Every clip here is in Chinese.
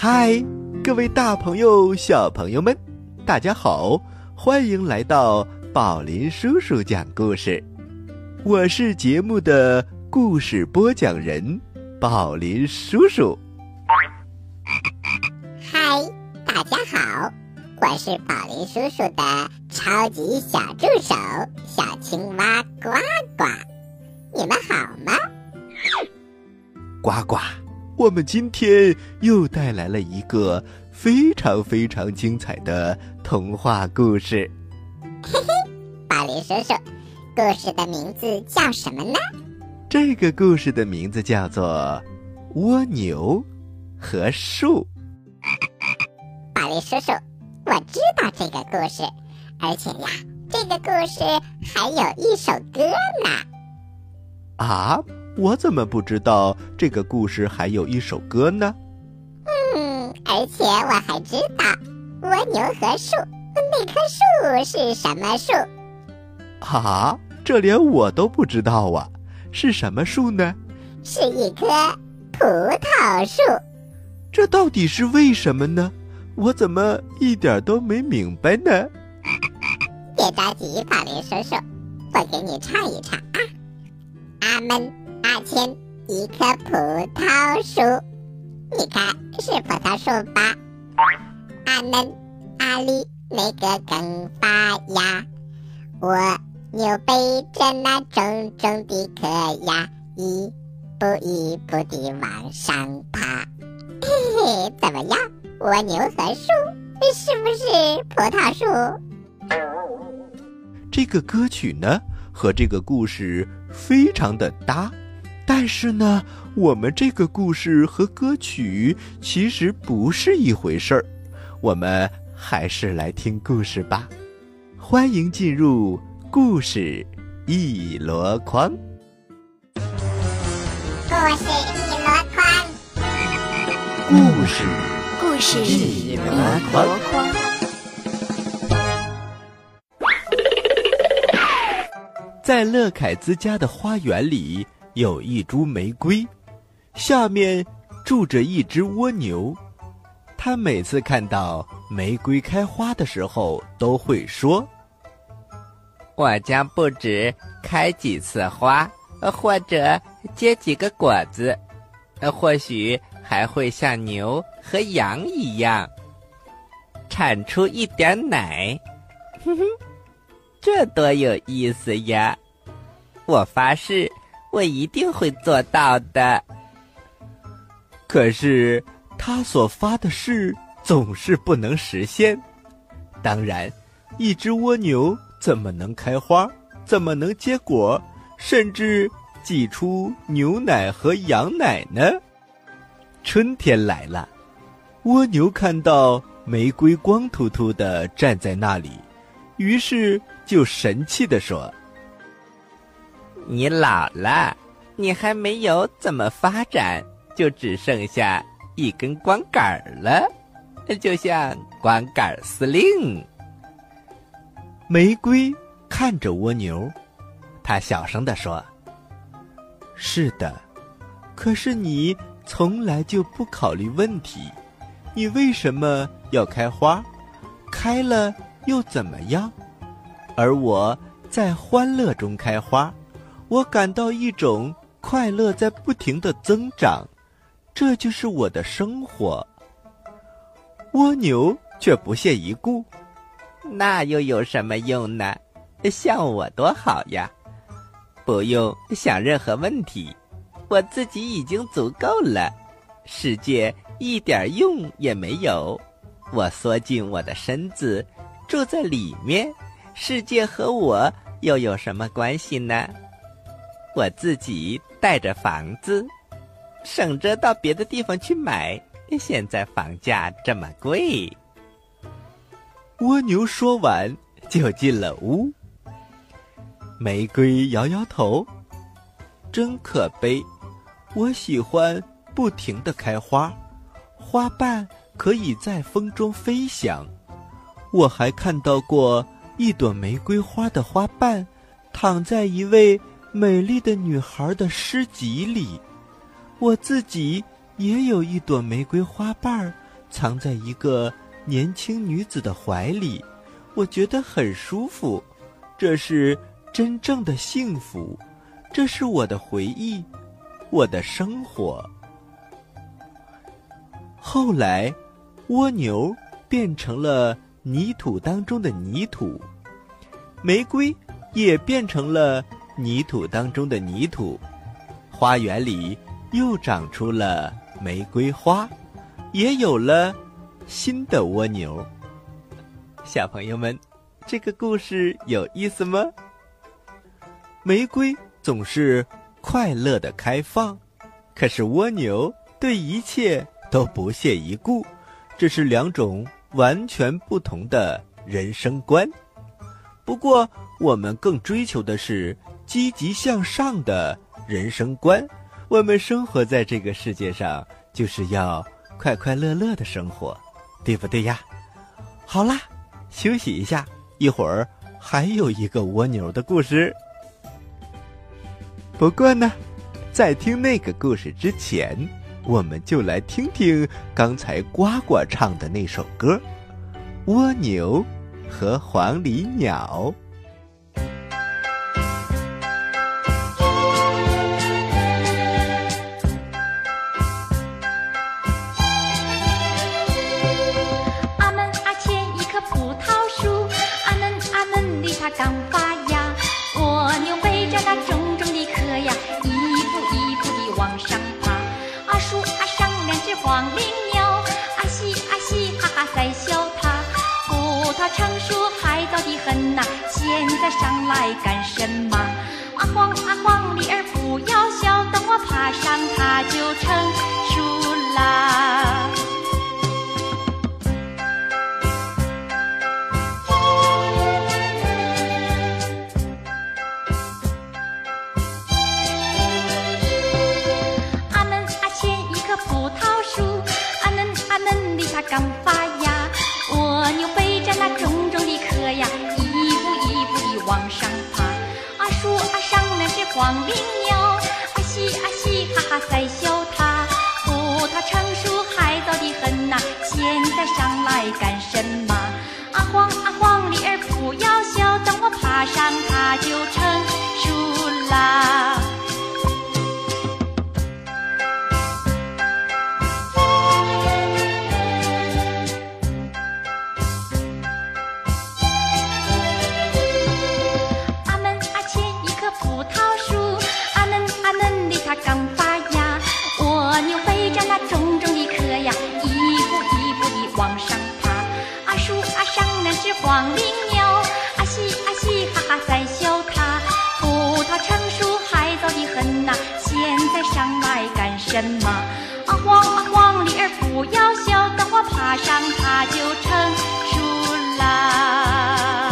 嗨，各位大朋友小朋友们，大家好，欢迎来到宝林叔叔讲故事。我是节目的故事播讲人宝林叔叔。 嗨，大家好，我是宝林叔叔的超级小助手小青蛙呱呱，你们好吗？ 呱呱，我们今天又带来了一个非常精彩的童话故事。 嘿嘿，宝林叔叔，故事的名字叫什么呢？ 这个故事的名字叫做蜗牛和树。 宝林叔叔，我知道这个故事，而且呀，这个故事还有一首歌呢。 啊，我怎么不知道这个故事还有一首歌呢？ 而且我还知道蜗牛和树，那棵树是什么树？ 啊，这连我都不知道啊，是什么树呢？ 是一棵葡萄树。 这到底是为什么呢？我怎么一点都没明白呢？ 别着急，宝林叔叔，我给你唱一唱啊。阿门阿前一棵葡萄树，你看是葡萄树吧？阿门阿里那个更发芽，蜗牛背着那重重的壳呀，一步地往上爬。嘿嘿，怎么样？蜗牛和树是不是葡萄树？ 这个歌曲呢，和这个故事非常的搭，但是呢，我们这个故事和歌曲其实不是一回事儿。我们还是来听故事吧。欢迎进入故事一箩筐。 故事一箩筐， 故事一箩筐。在乐凯兹家的花园里有一株玫瑰，下面住着一只蜗牛。他每次看到玫瑰开花的时候都会说， 我将不止开几次花，或者结几个果子，或许还会像牛和羊一样产出一点奶。哼哼，这多有意思呀！我发誓，我一定会做到的。 可是他所发的誓总是不能实现。当然，一只蜗牛怎么能开花，怎么能结果，甚至挤出牛奶和羊奶呢？春天来了，蜗牛看到玫瑰光秃秃地站在那里，于是就神气地说， 你老了，你还没有怎么发展，就只剩下一根光杆了，就像光杆司令。 玫瑰看着蜗牛，他小声地说，是的，可是你从来就不考虑问题，你为什么要开花？开了又怎么样？而我在欢乐中开花，我感到一种快乐在不停地增长，这就是我的生活。蜗牛却不屑一顾， 那又有什么用呢？像我多好呀，不用想任何问题，我自己已经足够了，世界一点用也没有，我缩进我的身子，住在里面，世界和我又有什么关系呢？我自己带着房子，省着到别的地方去买，现在房价这么贵。 蜗牛说完就进了屋。玫瑰摇摇头，真可悲，我喜欢不停地开花，花瓣可以在风中飞翔。我还看到过一朵玫瑰花的花瓣躺在一位美丽的女孩的诗集里，我自己也有一朵玫瑰花瓣藏在一个年轻女子的怀里，我觉得很舒服，这是真正的幸福，这是我的回忆，我的生活。后来，蜗牛变成了泥土当中的泥土，玫瑰也变成了泥土当中的泥土，花园里又长出了玫瑰花，也有了新的蜗牛。小朋友们，这个故事有意思吗？玫瑰总是快乐的开放，可是蜗牛对一切都不屑一顾，这是两种完全不同的人生观。不过我们更追求的是积极向上的人生观，我们生活在这个世界上就是要快快乐乐的生活，对不对呀？好啦，休息一下，一会儿还有一个蜗牛的故事。不过呢，在听那个故事之前，我们就来听听刚才呱呱唱的那首歌《蜗牛和黄鹂鸟》。 阿门阿前一棵葡萄树，阿嫩阿嫩的它刚发芽，蜗牛背着那重重的壳呀，一步一步地往上爬。阿树阿上两只黄鹂鸟，阿西阿西哈哈在笑它。葡萄成熟还早得很呐，现在上来干什么？阿黄鹂儿不要笑，等我爬上它就成熟啦。它刚发芽，蜗牛背着那重重的壳呀，一步一步地往上爬。阿树阿上两只黄鹂鸟，阿西阿西哈哈在笑它。葡萄成熟还早得很呐，现在上来干什么？阿黄鹂儿不要笑，等我爬上它就成熟啦。刚发芽，蜗牛背着那重重的壳呀，一步一步地往上爬。阿树阿上两只黄鹂鸟，阿西阿西哈哈在笑它。葡萄成熟还早得很呐，现在上来干什么？阿黄鹂儿不要笑，等我爬上它就成熟啦。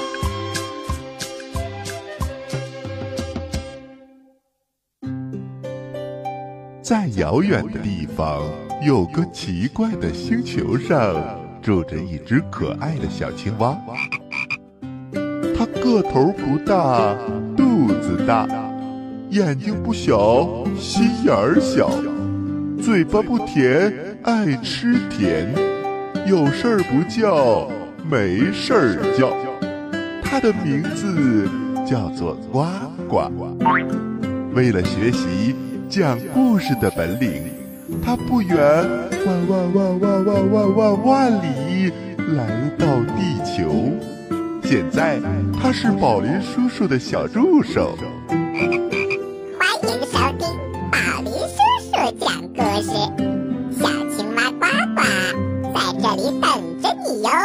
在遥远的地方，有个奇怪的星球上，住着一只可爱的小青蛙。它个头不大，肚子大，眼睛不小，心眼儿小，嘴巴不甜，爱吃甜，有事儿不叫，没事儿叫。它的名字叫做呱呱。为了学习讲故事的本领，他不远万里来到地球。现在他是宝林叔叔的小助手。 欢迎收听宝林叔叔讲故事，小青蛙呱呱在这里等着你哟。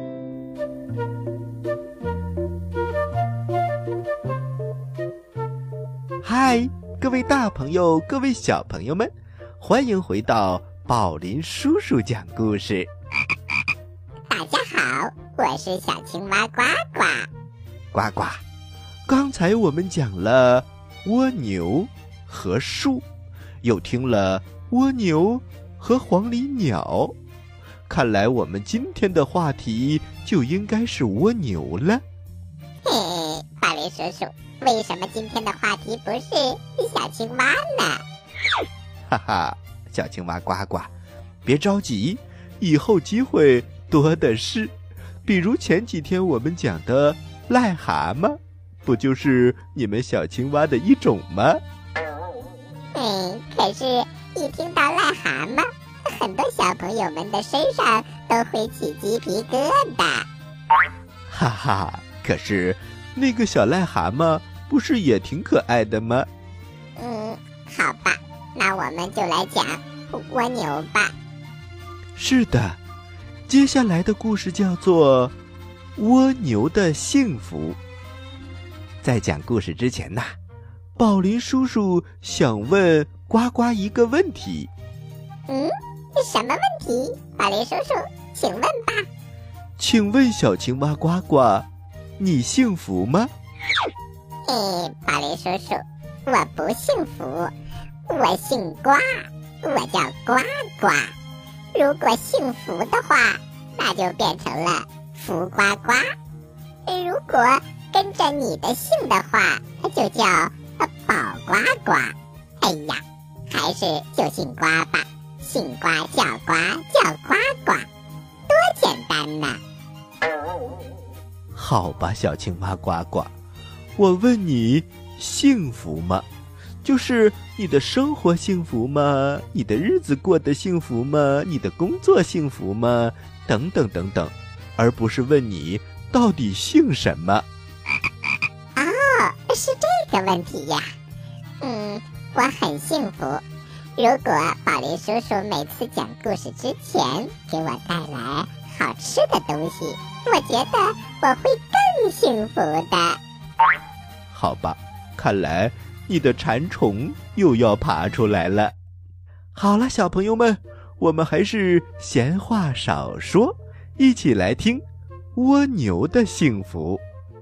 嗨，各位大朋友，各位小朋友们，欢迎回到宝林叔叔讲故事。 大家好，我是小青蛙呱呱。 呱呱，刚才我们讲了蜗牛和树，又听了蜗牛和黄鹂鸟，看来我们今天的话题就应该是蜗牛了。 嘿，宝林叔叔，为什么今天的话题不是小青蛙呢？ 哈哈，小青蛙呱呱，别着急， 以后机会多的是。比如前几天我们讲的癞蛤蟆，不就是你们小青蛙的一种吗？ 可是一听到癞蛤蟆，很多小朋友们的身上都会起鸡皮疙瘩。 哈哈，可是那个小癞蛤蟆不是也挺可爱的吗？ 好吧，那我们就来讲蜗牛吧。 是的，接下来的故事叫做《蜗牛的幸福》。在讲故事之前呐，宝林叔叔想问呱呱一个问题。 什么问题？宝林叔叔，请问吧。 请问小青蛙呱呱，你幸福吗？ 宝林叔叔，我不幸福，我姓呱，我叫呱呱。如果幸福的话，那就变成了福呱呱；如果跟着你的姓的话，就叫宝呱呱。哎呀，还是就姓呱吧，姓呱叫呱叫呱呱，多简单呐！ 好吧，小青蛙呱呱，我问你，幸福吗？就是你的生活幸福吗？你的日子过得幸福吗？你的工作幸福吗？等等等等，而不是问你到底姓什么。 是这个问题呀。我很幸福。如果宝林叔叔每次讲故事之前给我带来好吃的东西，我觉得我会更幸福的。 好吧，看来你的馋虫又要爬出来了。好了，小朋友们，我们还是闲话少说，一起来听蜗牛的幸福。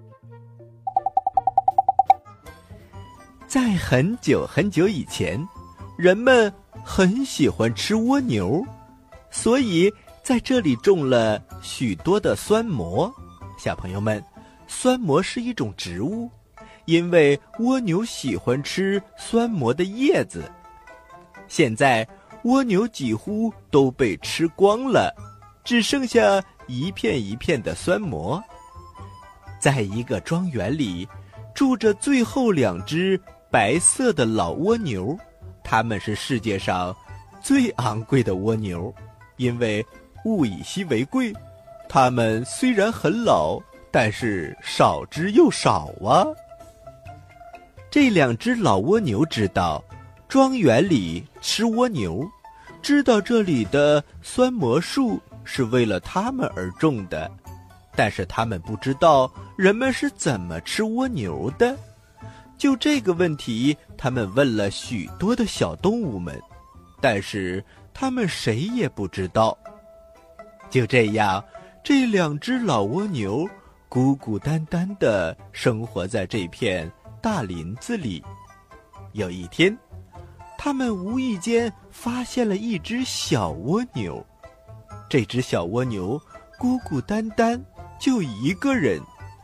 在很久很久以前，人们很喜欢吃蜗牛，所以在这里种了许多的酸蘑。小朋友们，酸蘑是一种植物，因为蜗牛喜欢吃酸蘑的叶子。现在蜗牛几乎都被吃光了，只剩下一片一片的酸蘑。在一个庄园里，住着最后2只白色的老蜗牛，它们是世界上最昂贵的蜗牛，因为物以稀为贵。它们虽然很老，但是少之又少啊。这2只老蜗牛知道庄园里吃蜗牛，知道这里的酸蘑树是为了它们而种的，但是它们不知道人们是怎么吃蜗牛的。就这个问题，他们问了许多的小动物们，但是他们谁也不知道。就这样，这2只老蜗牛孤孤单单地生活在这片大林子里。有一天，他们无意间发现了一只小蜗牛。这只小蜗牛孤孤单单，就一个人。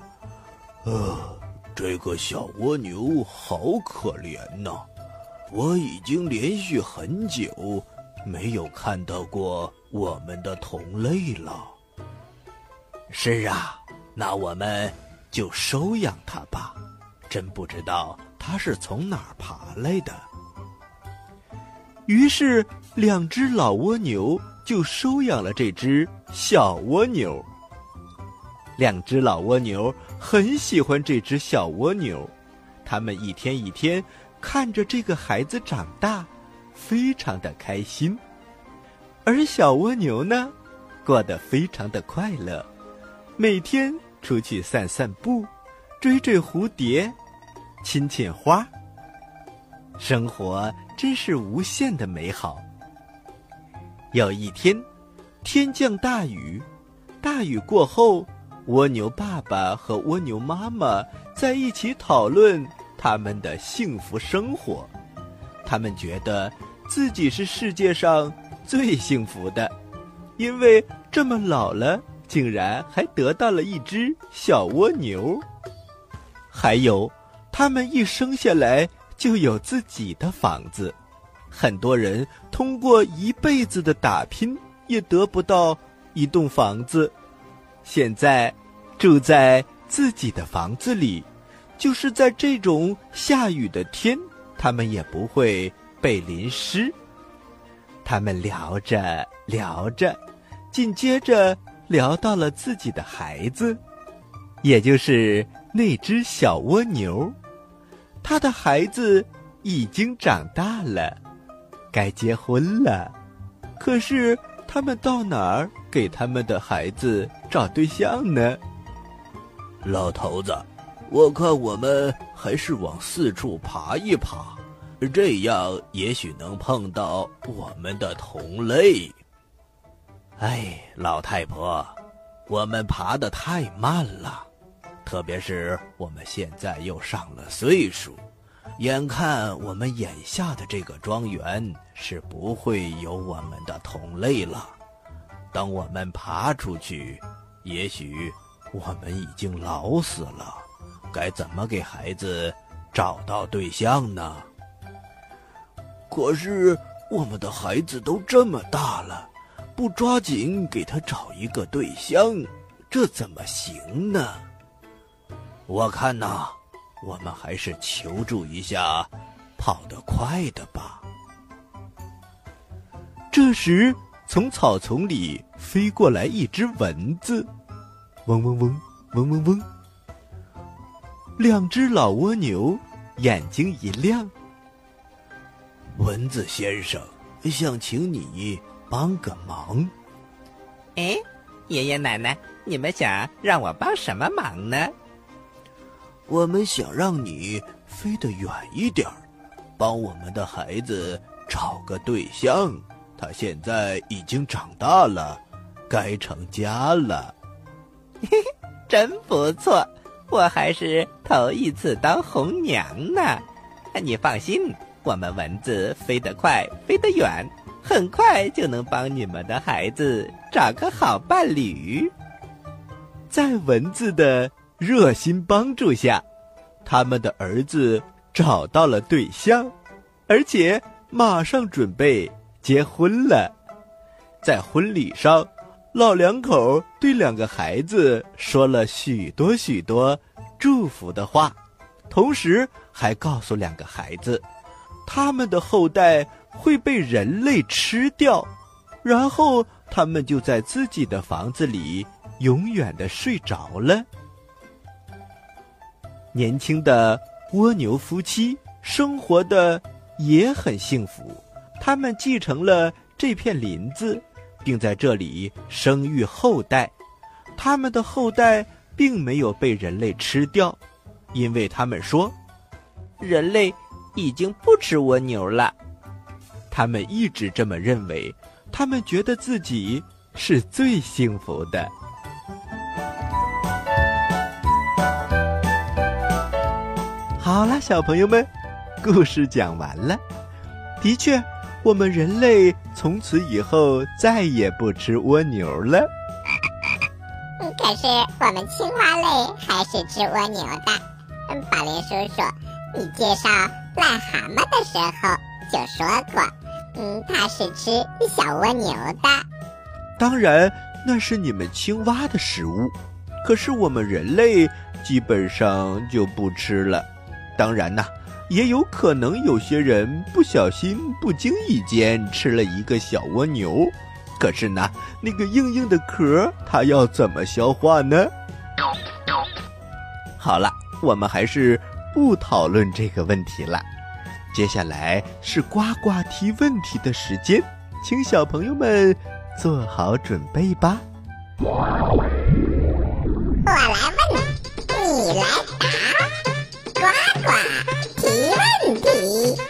这个小蜗牛好可怜呐！我已经连续很久没有看到过我们的同类了。是啊，那我们就收养它吧。真不知道它是从哪儿爬来的。于是2只老蜗牛就收养了这只小蜗牛。2只老蜗牛很喜欢这只小蜗牛，它们一天一天看着这个孩子长大，非常的开心。而小蜗牛呢，过得非常的快乐，每天出去散散步，追追蝴蝶，亲亲花，生活真是无限的美好。有一天，天降大雨，大雨过后，蜗牛爸爸和蜗牛妈妈在一起讨论他们的幸福生活。他们觉得自己是世界上最幸福的，因为这么老了，竟然还得到了一只小蜗牛。还有，他们一生下来就有自己的房子。很多人通过一辈子的打拼， 也得不到一栋房子。现在住在自己的房子里，就是在这种下雨的天，他们也不会被淋湿。他们聊着聊着，紧接着聊到了自己的孩子，也就是那只小蜗牛。他的孩子已经长大了，该结婚了。可是他们到哪儿给他们的孩子找对象呢？ 老头子，我看我们还是往四处爬一爬，这样也许能碰到我们的同类。哎，老太婆，我们爬得太慢了，特别是我们现在又上了岁数，眼看我们眼下的这个庄园是不会有我们的同类了。等我们爬出去，也许我们已经老死了，该怎么给孩子找到对象呢？可是我们的孩子都这么大了，不抓紧给他找一个对象，这怎么行呢？我看呐，我们还是求助一下跑得快的吧。 这时，从草丛里飞过来一只蚊子，嗡嗡嗡，嗡嗡嗡。两只老蜗牛眼睛一亮。 蚊子先生，想请你帮个忙。 哎，爷爷奶奶，你们想让我帮什么忙呢？ 我们想让你飞得远一点，帮我们的孩子找个对象。他现在已经长大了，该成家了。 嘿嘿，真不错，我还是头一次当红娘呢。你放心，我们蚊子飞得快，飞得远，很快就能帮你们的孩子找个好伴侣。 在蚊子的热心帮助下，他们的儿子找到了对象，而且马上准备结婚了。在婚礼上，老两口对两个孩子说了许多许多祝福的话，同时还告诉两个孩子，他们的后代会被人类吃掉，然后他们就在自己的房子里永远地睡着了。年轻的蜗牛夫妻生活的也很幸福，他们继承了这片林子，并在这里生育后代。他们的后代并没有被人类吃掉，因为他们说， 人类已经不吃蜗牛了。 他们一直这么认为，他们觉得自己是最幸福的。好了，小朋友们，故事讲完了。的确，我们人类从此以后再也不吃蜗牛了。 可是我们青蛙类还是吃蜗牛的。宝林叔叔，你介绍癞蛤蟆的时候就说过，它是吃小蜗牛的。 当然，那是你们青蛙的食物，可是我们人类基本上就不吃了。当然呐，也有可能有些人不小心不经意间吃了一个小蜗牛，可是呢，那个硬硬的壳它要怎么消化呢？好了，我们还是不讨论这个问题了。接下来是呱呱提问题的时间，请小朋友们做好准备吧。 我来问，你来答，呱呱提问题。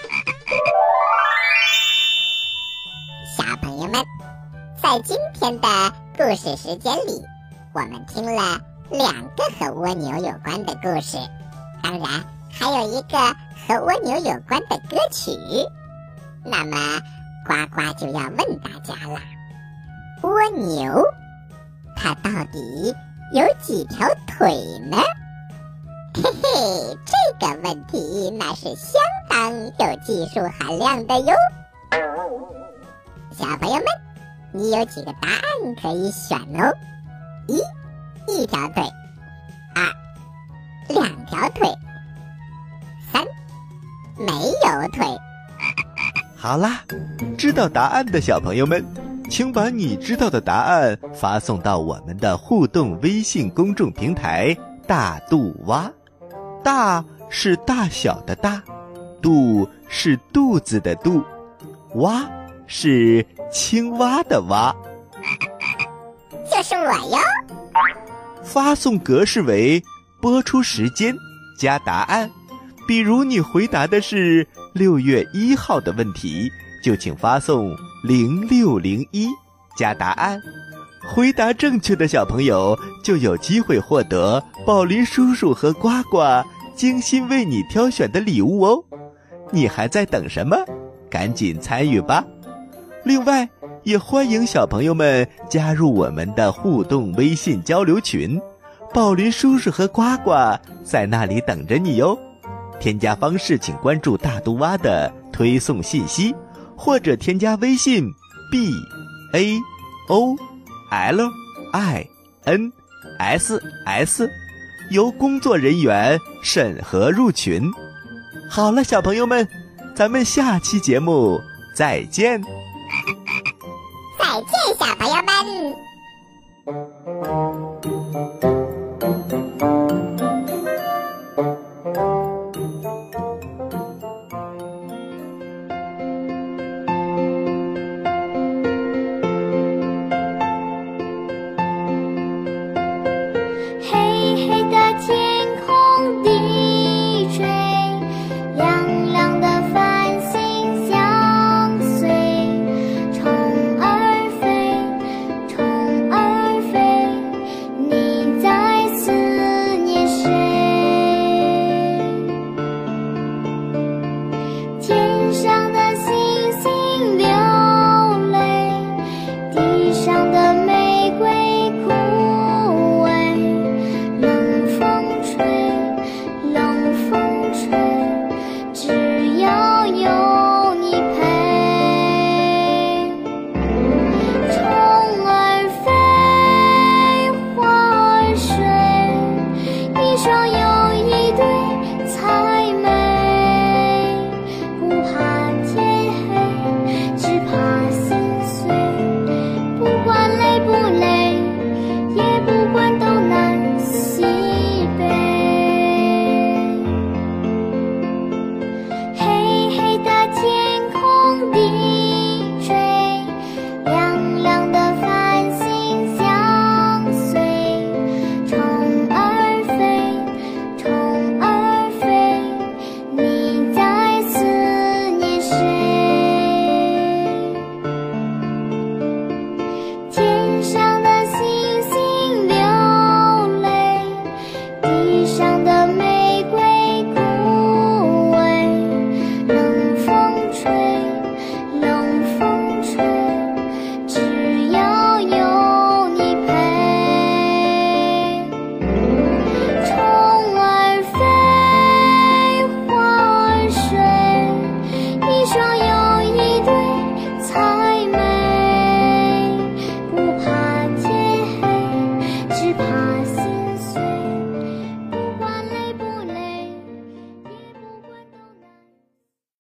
小朋友们，在今天的故事时间里，我们听了2个和蜗牛有关的故事，当然还有一个和蜗牛有关的歌曲。那么呱呱就要问大家了，蜗牛它到底有几条腿呢？嘿嘿，这个问题那是相当有技术含量的哟。小朋友们， 你有几个答案可以选哦。1. 一条腿。2. 2条腿。3. 没有腿。 好啦，知道答案的小朋友们，请把你知道的答案发送到我们的互动微信公众平台大肚蛙。大是大小的大，肚是肚子的肚，蛙是青蛙的蛙。 就是我哟。 发送格式为播出时间加答案，比如你回答的是6月1号的问题，就请发送0601加答案。回答正确的小朋友就有机会获得宝林叔叔和呱呱精心为你挑选的礼物哦。你还在等什么？赶紧参与吧。另外，也欢迎小朋友们加入我们的互动微信交流群，宝林叔叔和呱呱在那里等着你哟。添加方式请关注大肚蛙的推送信息，或者添加微信 BAOLINSS， 由工作人员审核入群。好了，小朋友们，咱们下期节目再见。 再见，小朋友们。